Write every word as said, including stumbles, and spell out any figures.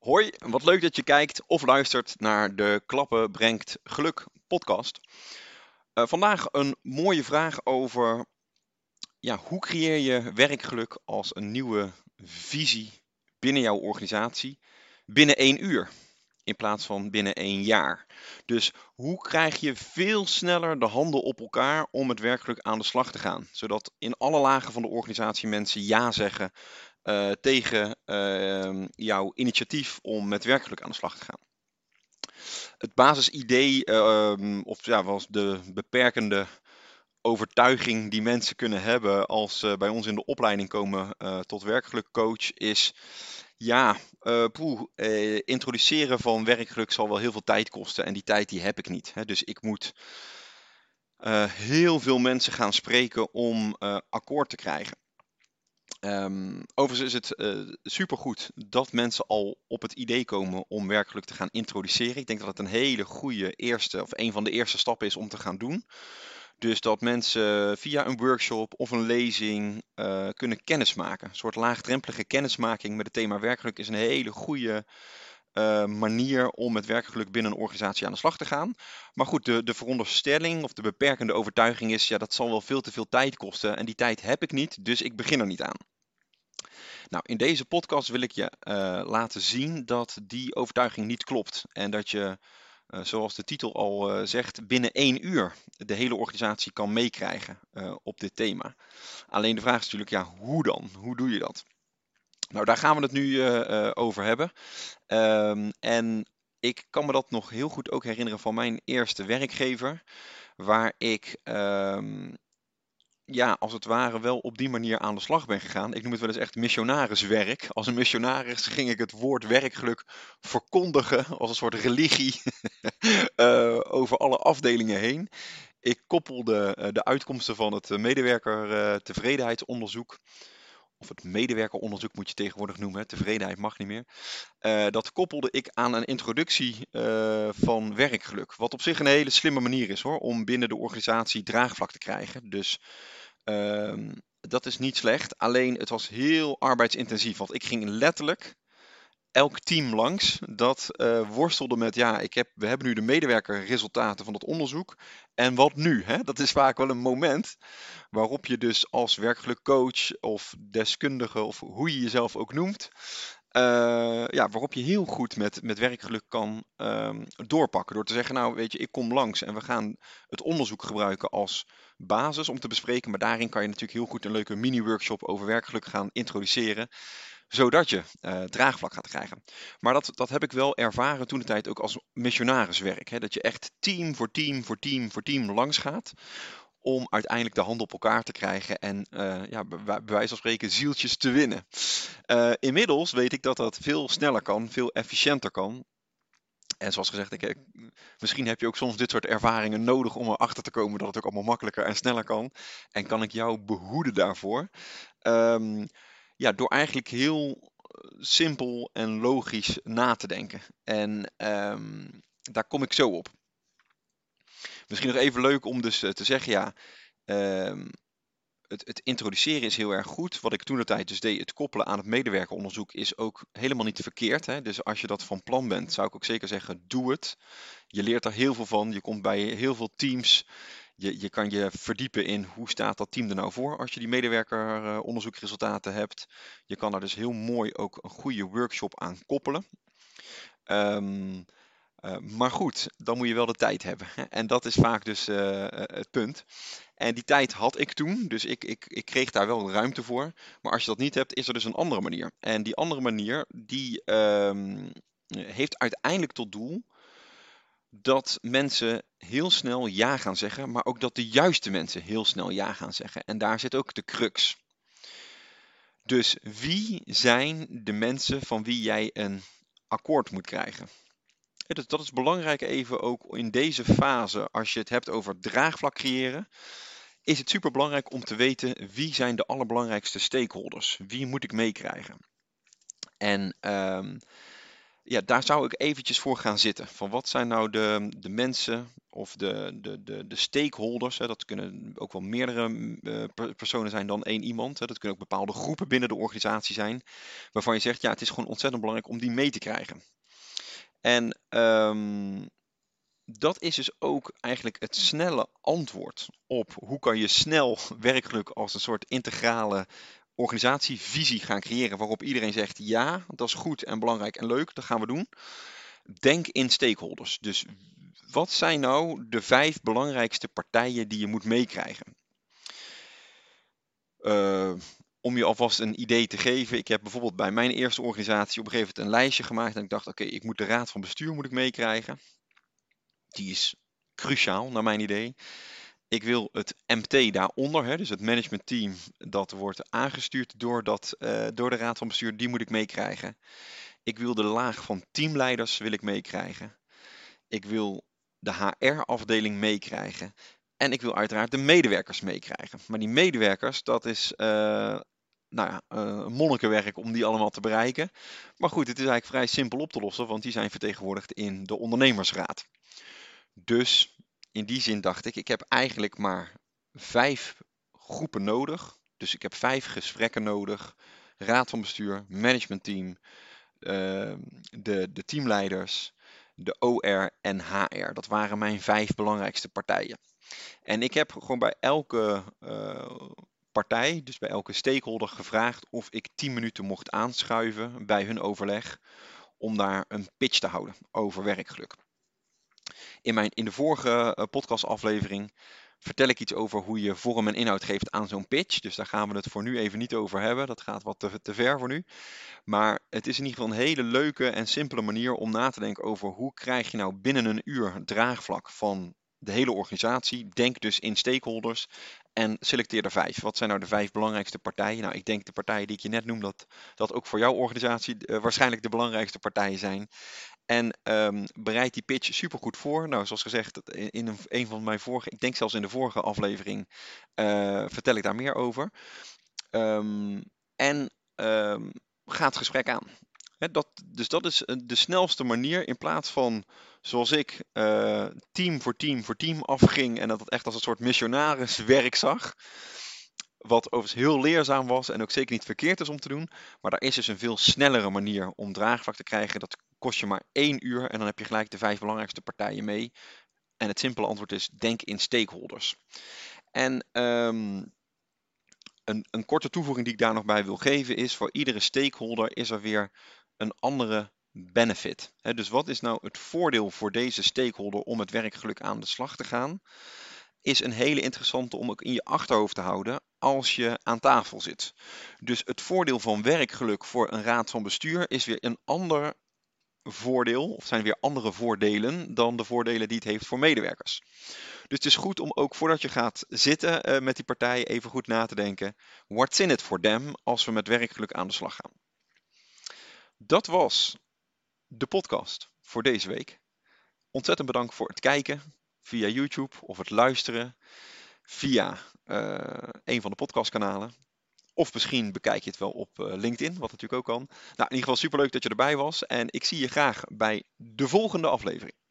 Hoi, wat leuk dat je kijkt of luistert naar de Klappen brengt geluk podcast. Uh, vandaag een mooie vraag over ja, hoe creëer je werkgeluk als een nieuwe visie binnen jouw organisatie binnen één uur in plaats van binnen één jaar. Dus hoe krijg je veel sneller de handen op elkaar om het werkgeluk aan de slag te gaan, zodat in alle lagen van de organisatie mensen ja zeggen uh, tegen uh, jouw initiatief om met werkgeluk aan de slag te gaan. Het basisidee, uh, of ja, was de beperkende overtuiging die mensen kunnen hebben als ze bij ons in de opleiding komen uh, tot werkgelukcoach, is ja, uh, poeh, uh, introduceren van werkgeluk zal wel heel veel tijd kosten en die tijd die heb ik niet. Hè. Dus ik moet uh, heel veel mensen gaan spreken om uh, akkoord te krijgen. Um, overigens is het uh, supergoed dat mensen al op het idee komen om werkgeluk te gaan introduceren. Ik denk dat het een hele goede eerste, of een van de eerste stappen is om te gaan doen. Dus dat mensen via een workshop of een lezing uh, kunnen kennismaken. Een soort laagdrempelige kennismaking met het thema werkgeluk is een hele goede uh, manier om met werkgeluk binnen een organisatie aan de slag te gaan. Maar goed, de, de veronderstelling of de beperkende overtuiging is, ja, dat zal wel veel te veel tijd kosten en die tijd heb ik niet, dus ik begin er niet aan. Nou, in deze podcast wil ik je uh, laten zien dat die overtuiging niet klopt en dat je, uh, zoals de titel al uh, zegt, binnen één uur de hele organisatie kan meekrijgen uh, op dit thema. Alleen de vraag is natuurlijk, ja, hoe dan? Hoe doe je dat? Nou, daar gaan we het nu uh, uh, over hebben. Um, en ik kan me dat nog heel goed ook herinneren van mijn eerste werkgever, waar ik um, ja, als het ware wel op die manier aan de slag ben gegaan. Ik noem het wel eens echt missionariswerk. Als een missionaris ging ik het woord werkgeluk verkondigen als een soort religie uh, over alle afdelingen heen. Ik koppelde uh, de uitkomsten van het medewerker uh, tevredenheidsonderzoek, of het medewerkeronderzoek moet je tegenwoordig noemen, tevredenheid mag niet meer. Uh, dat koppelde ik aan een introductie uh, van werkgeluk. Wat op zich een hele slimme manier is hoor, om binnen de organisatie draagvlak te krijgen. Dus uh, dat is niet slecht. Alleen het was heel arbeidsintensief. Want ik ging letterlijk elk team langs dat uh, worstelde met, ja, ik heb, we hebben nu de medewerkerresultaten van het onderzoek. En wat nu? Hè? Dat is vaak wel een moment waarop je dus als werkgelukcoach of deskundige, of hoe je jezelf ook noemt, uh, ja, waarop je heel goed met, met werkgeluk kan um, doorpakken. Door te zeggen, nou weet je, ik kom langs en we gaan het onderzoek gebruiken als basis om te bespreken. Maar daarin kan je natuurlijk heel goed een leuke mini-workshop over werkgeluk gaan introduceren, zodat je uh, draagvlak gaat krijgen. Maar dat, dat heb ik wel ervaren toen de tijd ook als missionariswerk. Hè? Dat je echt team voor team voor team voor team langs gaat om uiteindelijk de hand op elkaar te krijgen en uh, ja, bij, bij wijze van spreken zieltjes te winnen. Uh, inmiddels weet ik dat dat veel sneller kan, veel efficiënter kan. En zoals gezegd, ik, misschien heb je ook soms dit soort ervaringen nodig om erachter te komen dat het ook allemaal makkelijker en sneller kan. En kan ik jou behoeden daarvoor. Um, ja, door eigenlijk heel simpel en logisch na te denken. En um, daar kom ik zo op. Misschien nog even leuk om dus te zeggen, ja, um, het, het introduceren is heel erg goed. Wat ik toen de tijd dus deed, het koppelen aan het medewerkeronderzoek, is ook helemaal niet verkeerd. Hè? Dus als je dat van plan bent, zou ik ook zeker zeggen, doe het. Je leert er heel veel van. Je komt bij heel veel teams. Je, je kan je verdiepen in hoe staat dat team er nou voor als je die medewerkeronderzoekresultaten hebt. Je kan daar dus heel mooi ook een goede workshop aan koppelen. Um, uh, maar goed, dan moet je wel de tijd hebben. Hè? En dat is vaak dus uh, het punt. En die tijd had ik toen, dus ik, ik, ik kreeg daar wel ruimte voor. Maar als je dat niet hebt, is er dus een andere manier. En die andere manier, die um, heeft uiteindelijk tot doel dat mensen heel snel ja gaan zeggen, maar ook dat de juiste mensen heel snel ja gaan zeggen. En daar zit ook de crux. Dus wie zijn de mensen van wie jij een akkoord moet krijgen? Dus dat is belangrijk even ook in deze fase, als je het hebt over draagvlak creëren, is het super belangrijk om te weten wie zijn de allerbelangrijkste stakeholders. Wie moet ik meekrijgen? En um, ja, daar zou ik eventjes voor gaan zitten. Van wat zijn nou de, de mensen of de, de, de, de stakeholders, hè, dat kunnen ook wel meerdere uh, per- personen zijn dan één iemand. Hè, dat kunnen ook bepaalde groepen binnen de organisatie zijn, waarvan je zegt, ja, het is gewoon ontzettend belangrijk om die mee te krijgen. En um, dat is dus ook eigenlijk het snelle antwoord op hoe kan je snel werkgeluk als een soort integrale organisatievisie gaan creëren, waarop iedereen zegt, ja, dat is goed en belangrijk en leuk, dat gaan we doen. Denk in stakeholders. Dus wat zijn nou de vijf belangrijkste partijen die je moet meekrijgen? Uh, om je alvast een idee te geven. Ik heb bijvoorbeeld bij mijn eerste organisatie op een gegeven moment een lijstje gemaakt. En ik dacht, oké, okay, ik moet de raad van bestuur moet ik meekrijgen. Die is cruciaal naar mijn idee. Ik wil het M T daaronder, hè, dus het managementteam, dat wordt aangestuurd door, dat, uh, door de raad van bestuur, die moet ik meekrijgen. Ik wil de laag van teamleiders wil ik meekrijgen. Ik wil de H R-afdeling meekrijgen. En ik wil uiteraard de medewerkers meekrijgen. Maar die medewerkers, dat is uh, nou ja, uh, monnikenwerk om die allemaal te bereiken. Maar goed, het is eigenlijk vrij simpel op te lossen, want die zijn vertegenwoordigd in de ondernemersraad. Dus in die zin dacht ik, ik heb eigenlijk maar vijf groepen nodig. Dus ik heb vijf gesprekken nodig. Raad van bestuur, managementteam, uh, de, de teamleiders, de O R en H R. Dat waren mijn vijf belangrijkste partijen. En ik heb gewoon bij elke uh, partij, dus bij elke stakeholder gevraagd of ik tien minuten mocht aanschuiven bij hun overleg om daar een pitch te houden over werkgeluk. In, mijn, in de vorige uh, podcastaflevering vertel ik iets over hoe je vorm en inhoud geeft aan zo'n pitch. Dus daar gaan we het voor nu even niet over hebben. Dat gaat wat te, te ver voor nu. Maar het is in ieder geval een hele leuke en simpele manier om na te denken over hoe krijg je nou binnen een uur draagvlak van de hele organisatie. Denk dus in stakeholders en selecteer er vijf. Wat zijn nou de vijf belangrijkste partijen? Nou, ik denk de partijen die ik je net noem, dat dat ook voor jouw organisatie uh, waarschijnlijk de belangrijkste partijen zijn. En um, bereid die pitch supergoed voor. Nou, zoals gezegd, in een, een van mijn vorige, ik denk zelfs in de vorige aflevering, uh, vertel ik daar meer over. Um, en um, ga het gesprek aan. He, dat, dus dat is de snelste manier in plaats van zoals ik uh, team voor team voor team afging en dat het echt als een soort missionariswerk zag. Wat overigens heel leerzaam was en ook zeker niet verkeerd is om te doen. Maar daar is dus een veel snellere manier om draagvlak te krijgen. Dat kost je maar één uur en dan heb je gelijk de vijf belangrijkste partijen mee. En het simpele antwoord is, denk in stakeholders. En um, een, een korte toevoeging die ik daar nog bij wil geven is, voor iedere stakeholder is er weer een andere benefit. He, dus wat is nou het voordeel voor deze stakeholder om het werkgeluk aan de slag te gaan? Is een hele interessante om ook in je achterhoofd te houden als je aan tafel zit. Dus het voordeel van werkgeluk voor een raad van bestuur is weer een ander voordeel, of zijn weer andere voordelen dan de voordelen die het heeft voor medewerkers. Dus het is goed om ook voordat je gaat zitten uh, met die partijen even goed na te denken. What's in it for them als we met werkgeluk aan de slag gaan? Dat was de podcast voor deze week. Ontzettend bedankt voor het kijken via YouTube of het luisteren via uh, een van de podcastkanalen. Of misschien bekijk je het wel op uh, LinkedIn, wat natuurlijk ook kan. Nou, in ieder geval superleuk dat je erbij was. En ik zie je graag bij de volgende aflevering.